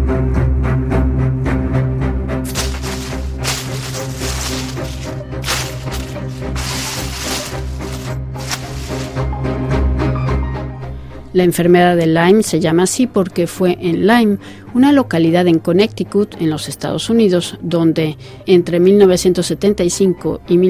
La enfermedad de Lyme se llama así porque fue en Lyme, una localidad en Connecticut, en los Estados Unidos, donde entre 1975 y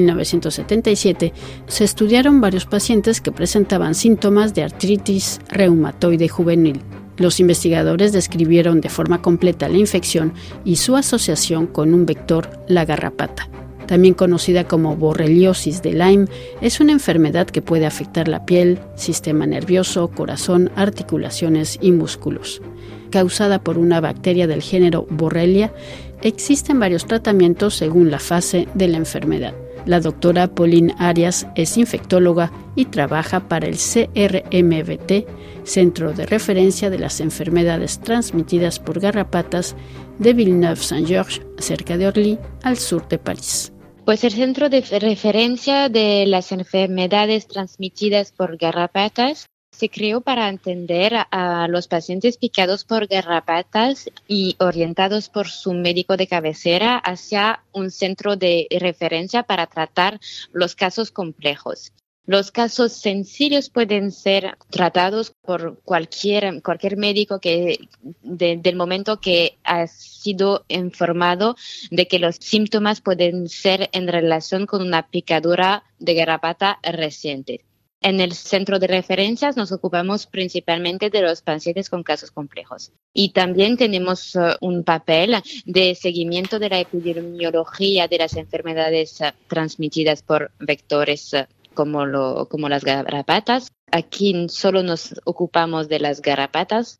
1977 se estudiaron varios pacientes que presentaban síntomas de artritis reumatoide juvenil. Los investigadores describieron de forma completa la infección y su asociación con un vector, la garrapata. También conocida como borreliosis de Lyme, es una enfermedad que puede afectar la piel, sistema nervioso, corazón, articulaciones y músculos. Causada por una bacteria del género Borrelia, existen varios tratamientos según la fase de la enfermedad. La doctora Pauline Arias es infectóloga y trabaja para el CRMVT, Centro de Referencia de las Enfermedades Transmitidas por Garrapatas, de Villeneuve-Saint-Georges, cerca de Orly, al sur de París. Pues el Centro de Referencia de las Enfermedades Transmitidas por Garrapatas se creó para atender a los pacientes picados por garrapatas y orientados por su médico de cabecera hacia un centro de referencia para tratar los casos complejos. Los casos sencillos pueden ser tratados por cualquier médico que del momento que ha sido informado de que los síntomas pueden ser en relación con una picadura de garrapata reciente. En el centro de referencias nos ocupamos principalmente de los pacientes con casos complejos. Y también tenemos un papel de seguimiento de la epidemiología de las enfermedades transmitidas por vectores como las garrapatas. Aquí solo nos ocupamos de las garrapatas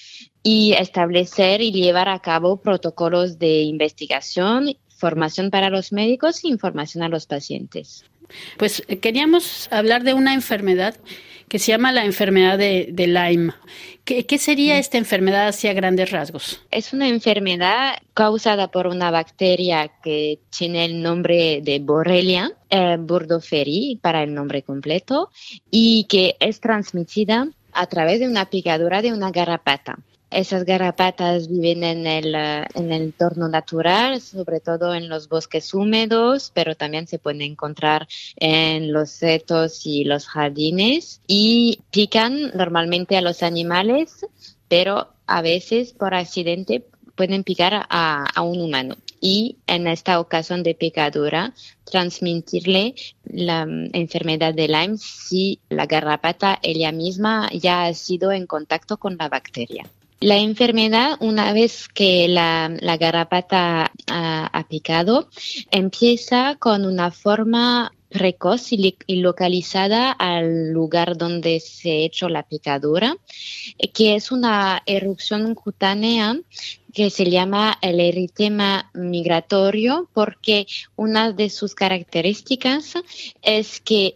y establecer y llevar a cabo protocolos de investigación, formación para los médicos e información a los pacientes. Pues queríamos hablar de una enfermedad que se llama la enfermedad de Lyme. ¿Qué sería esta enfermedad así a grandes rasgos? Es una enfermedad causada por una bacteria que tiene el nombre de Borrelia burgdorferi para el nombre completo y que es transmitida a través de una picadura de una garrapata. Esas garrapatas viven en el entorno natural, sobre todo en los bosques húmedos, pero también se pueden encontrar en los setos y los jardines y pican normalmente a los animales, pero a veces por accidente pueden picar a un humano. Y en esta ocasión de picadura, transmitirle la enfermedad de Lyme si la garrapata ella misma ya ha sido en contacto con la bacteria. La enfermedad, una vez que la garrapata ha picado, empieza con una forma precoz y localizada al lugar donde se ha hecho la picadura, que es una erupción cutánea que se llama el eritema migratorio, porque una de sus características es que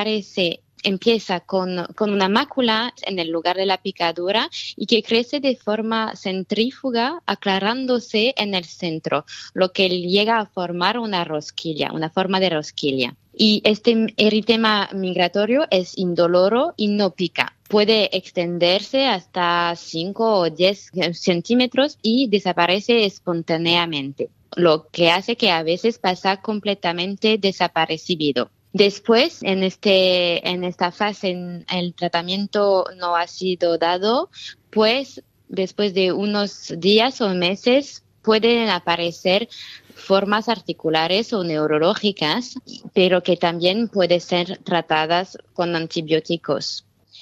empieza con una mácula en el lugar de la picadura y que crece de forma centrífuga, aclarándose en el centro, lo que llega a formar una rosquilla, una forma de rosquilla. Y este eritema migratorio es indoloro y no pica. Puede extenderse hasta 5 o 10 centímetros y desaparece espontáneamente, lo que hace que a veces pasa completamente desapercibido. Después, en esta fase, el tratamiento no ha sido dado, pues después de unos días o meses pueden aparecer formas articulares o neurológicas, pero que también pueden ser tratadas con antibióticos.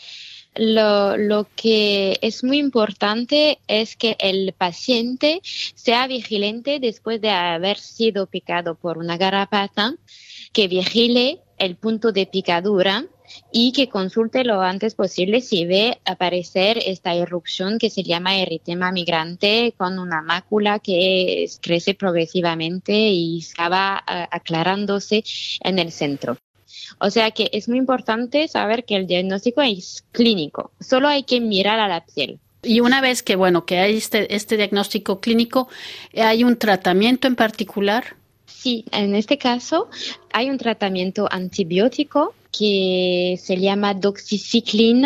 Lo que es muy importante es que el paciente sea vigilante después de haber sido picado por una garrapata, que vigile el punto de picadura y que consulte lo antes posible si ve aparecer esta erupción que se llama eritema migrante con una mácula que crece progresivamente y acaba aclarándose en el centro. O sea que es muy importante saber que el diagnóstico es clínico, solo hay que mirar a la piel. Y una vez que hay este diagnóstico clínico, ¿hay un tratamiento en particular? Sí, en este caso hay un tratamiento antibiótico que se llama doxiciclina,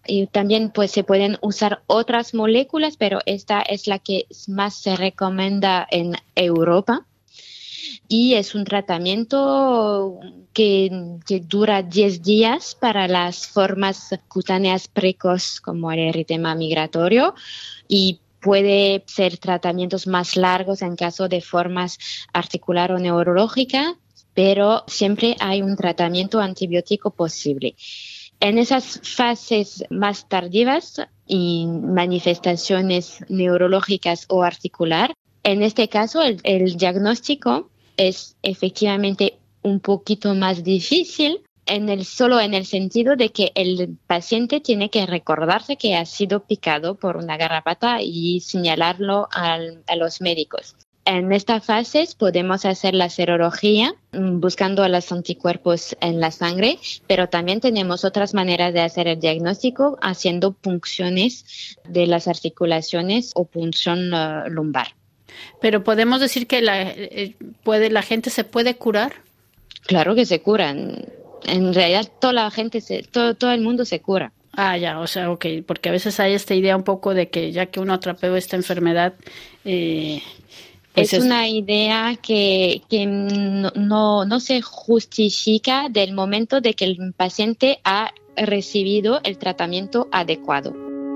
Y también pues se pueden usar otras moléculas, pero esta es la que más se recomienda en Europa. Y es un tratamiento que dura 10 días para las formas cutáneas precoces como el eritema migratorio y puede ser tratamientos más largos en caso de formas articular o neurológica, pero siempre hay un tratamiento antibiótico posible. En esas fases más tardivas y manifestaciones neurológicas o articular, en este caso el diagnóstico es efectivamente un poquito más difícil solo en el sentido de que el paciente tiene que recordarse que ha sido picado por una garrapata y señalarlo a los médicos. En esta fase podemos hacer la serología buscando los anticuerpos en la sangre, pero también tenemos otras maneras de hacer el diagnóstico haciendo punciones de las articulaciones o punción lumbar. Pero podemos decir que la gente se puede curar. Claro que se curan. En realidad toda la gente, todo el mundo se cura. Ah, ya, o sea, ok, porque a veces hay esta idea un poco de que ya que uno atrapó esta enfermedad, pues es una idea que no se justifica del momento de que el paciente ha recibido el tratamiento adecuado.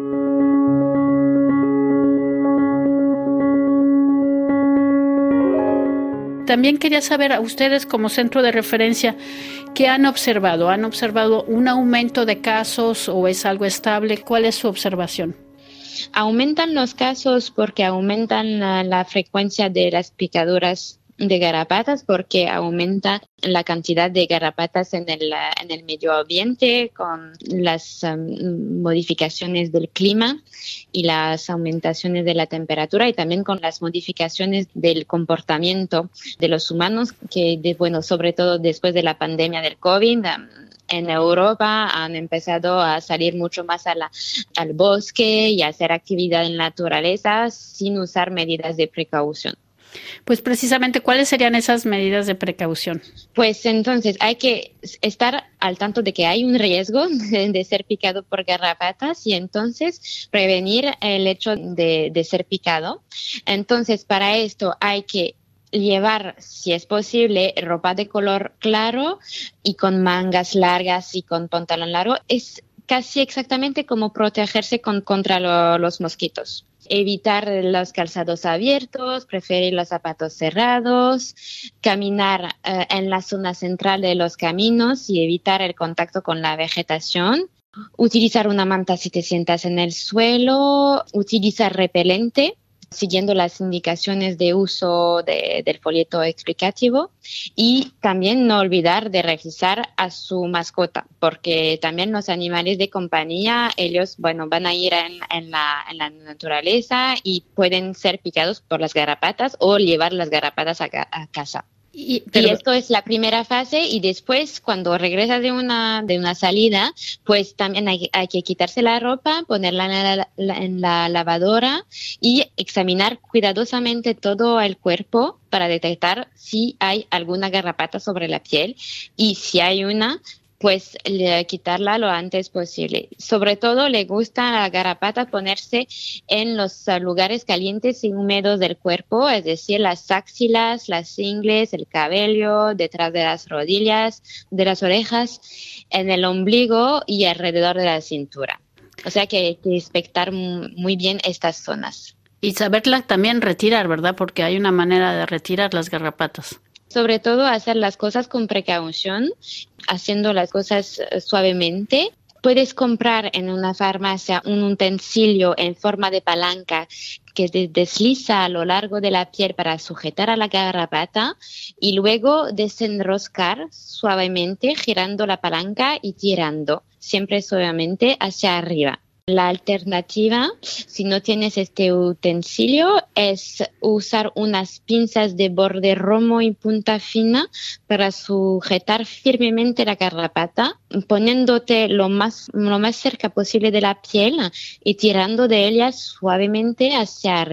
También quería saber a ustedes como centro de referencia, ¿qué han observado? ¿Han observado un aumento de casos o es algo estable? ¿Cuál es su observación? Aumentan los casos porque aumentan la frecuencia de las picaduras de garrapatas, porque aumenta la cantidad de garrapatas en el medio ambiente con las modificaciones del clima y las aumentaciones de la temperatura y también con las modificaciones del comportamiento de los humanos sobre todo después de la pandemia del COVID. En Europa han empezado a salir mucho más al bosque y a hacer actividad en la naturaleza sin usar medidas de precaución. Pues precisamente, ¿cuáles serían esas medidas de precaución? Pues entonces hay que estar al tanto de que hay un riesgo de ser picado por garrapatas y entonces prevenir el hecho de ser picado. Entonces, para esto hay que llevar, si es posible, ropa de color claro y con mangas largas y con pantalón largo. Es casi exactamente como protegerse contra los mosquitos. Evitar los calzados abiertos, preferir los zapatos cerrados, caminar en la zona central de los caminos y evitar el contacto con la vegetación. Utilizar una manta si te sientas en el suelo, utilizar repelente, siguiendo las indicaciones de uso del folleto explicativo y también no olvidar de revisar a su mascota, porque también los animales de compañía, ellos, van a ir en la naturaleza y pueden ser picados por las garrapatas o llevar las garrapatas a casa. Y esto es la primera fase y después cuando regresas de una salida, pues también hay que quitarse la ropa, ponerla en la lavadora y examinar cuidadosamente todo el cuerpo para detectar si hay alguna garrapata sobre la piel y si hay una, pues quitarla lo antes posible. Sobre todo le gusta a la garrapata ponerse en los lugares calientes y húmedos del cuerpo, es decir, las axilas, las ingles, el cabello, detrás de las rodillas, de las orejas, en el ombligo y alrededor de la cintura. O sea que hay que inspectar muy bien estas zonas. Y saberla también retirar, ¿verdad? Porque hay una manera de retirar las garrapatas. Sobre todo hacer las cosas con precaución, haciendo las cosas suavemente. Puedes comprar en una farmacia un utensilio en forma de palanca que desliza a lo largo de la piel para sujetar a la garrapata y luego desenroscar suavemente girando la palanca y tirando, siempre suavemente hacia arriba. La alternativa, si no tienes este utensilio, es usar unas pinzas de borde romo y punta fina para sujetar firmemente la garrapata, poniéndote lo más cerca posible de la piel y tirando de ella suavemente hacia arriba.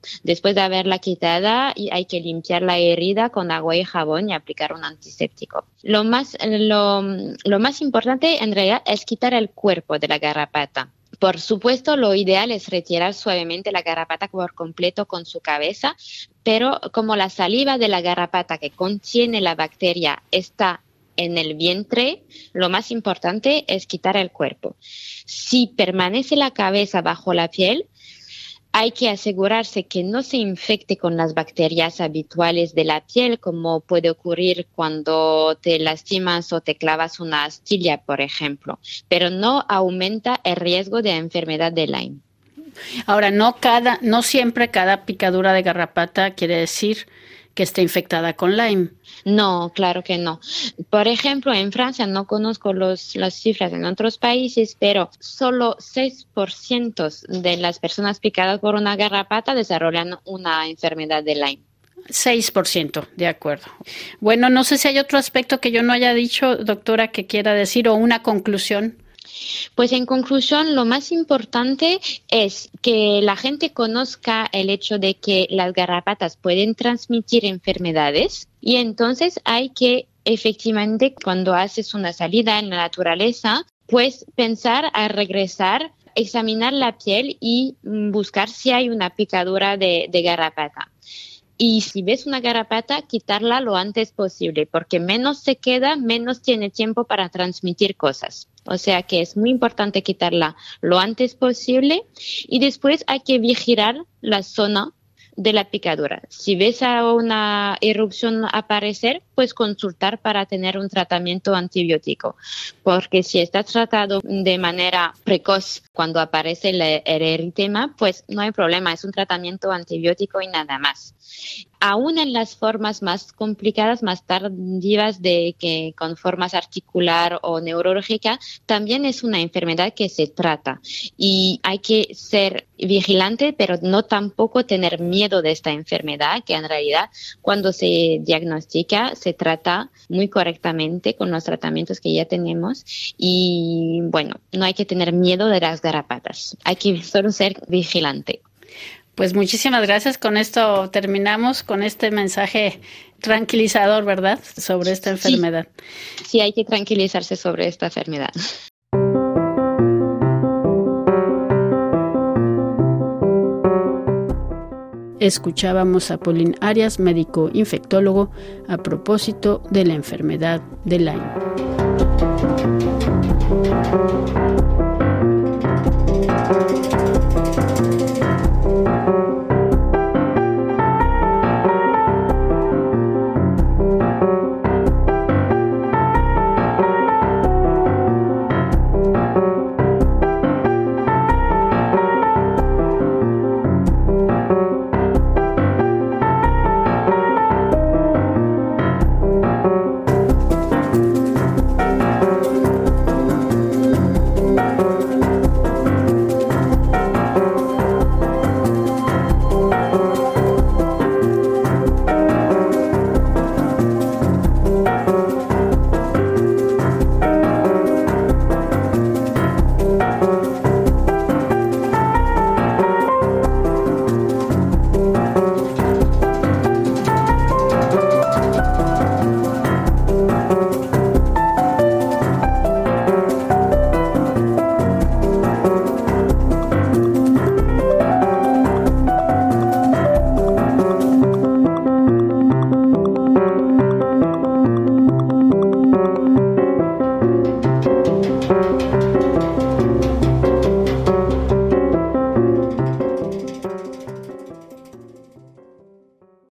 Después de haberla quitada, hay que limpiar la herida con agua y jabón y aplicar un antiséptico. Lo más importante en realidad es quitar el cuerpo de la garrapata. Por supuesto, lo ideal es retirar suavemente la garrapata por completo con su cabeza, pero como la saliva de la garrapata que contiene la bacteria está en el vientre, lo más importante es quitar el cuerpo. Si permanece la cabeza bajo la piel, hay que asegurarse que no se infecte con las bacterias habituales de la piel, como puede ocurrir cuando te lastimas o te clavas una astilla, por ejemplo, pero no aumenta el riesgo de enfermedad de Lyme. Ahora, no siempre cada picadura de garrapata quiere decir que esté infectada con Lyme. No, claro que no. Por ejemplo, en Francia, no conozco las cifras en otros países, pero solo 6% de las personas picadas por una garrapata desarrollan una enfermedad de Lyme. 6%, de acuerdo. Bueno, no sé si hay otro aspecto que yo no haya dicho, doctora, que quiera decir, o una conclusión. Pues en conclusión, lo más importante es que la gente conozca el hecho de que las garrapatas pueden transmitir enfermedades y entonces hay que efectivamente cuando haces una salida en la naturaleza, pues pensar a regresar, examinar la piel y buscar si hay una picadura de garrapata. Y si ves una garrapata, quitarla lo antes posible, porque menos se queda, menos tiene tiempo para transmitir cosas. O sea que es muy importante quitarla lo antes posible y después hay que vigilar la zona de la picadura. Si ves a una erupción aparecer, pues consultar para tener un tratamiento antibiótico, porque si está tratado de manera precoz cuando aparece el eritema, pues no hay problema, es un tratamiento antibiótico y nada más. Aún en las formas más complicadas, más tardivas con formas articular o neurológica, también es una enfermedad que se trata y hay que ser vigilante, pero no tampoco tener miedo de esta enfermedad, que en realidad cuando se diagnostica se trata muy correctamente con los tratamientos que ya tenemos y bueno, no hay que tener miedo de las garrapatas, hay que solo ser vigilante. Pues muchísimas gracias. Con esto terminamos con este mensaje tranquilizador, ¿verdad? Sobre esta enfermedad. Sí, hay que tranquilizarse sobre esta enfermedad. Escuchábamos a Pauline Arias, médico infectólogo, a propósito de la enfermedad de Lyme.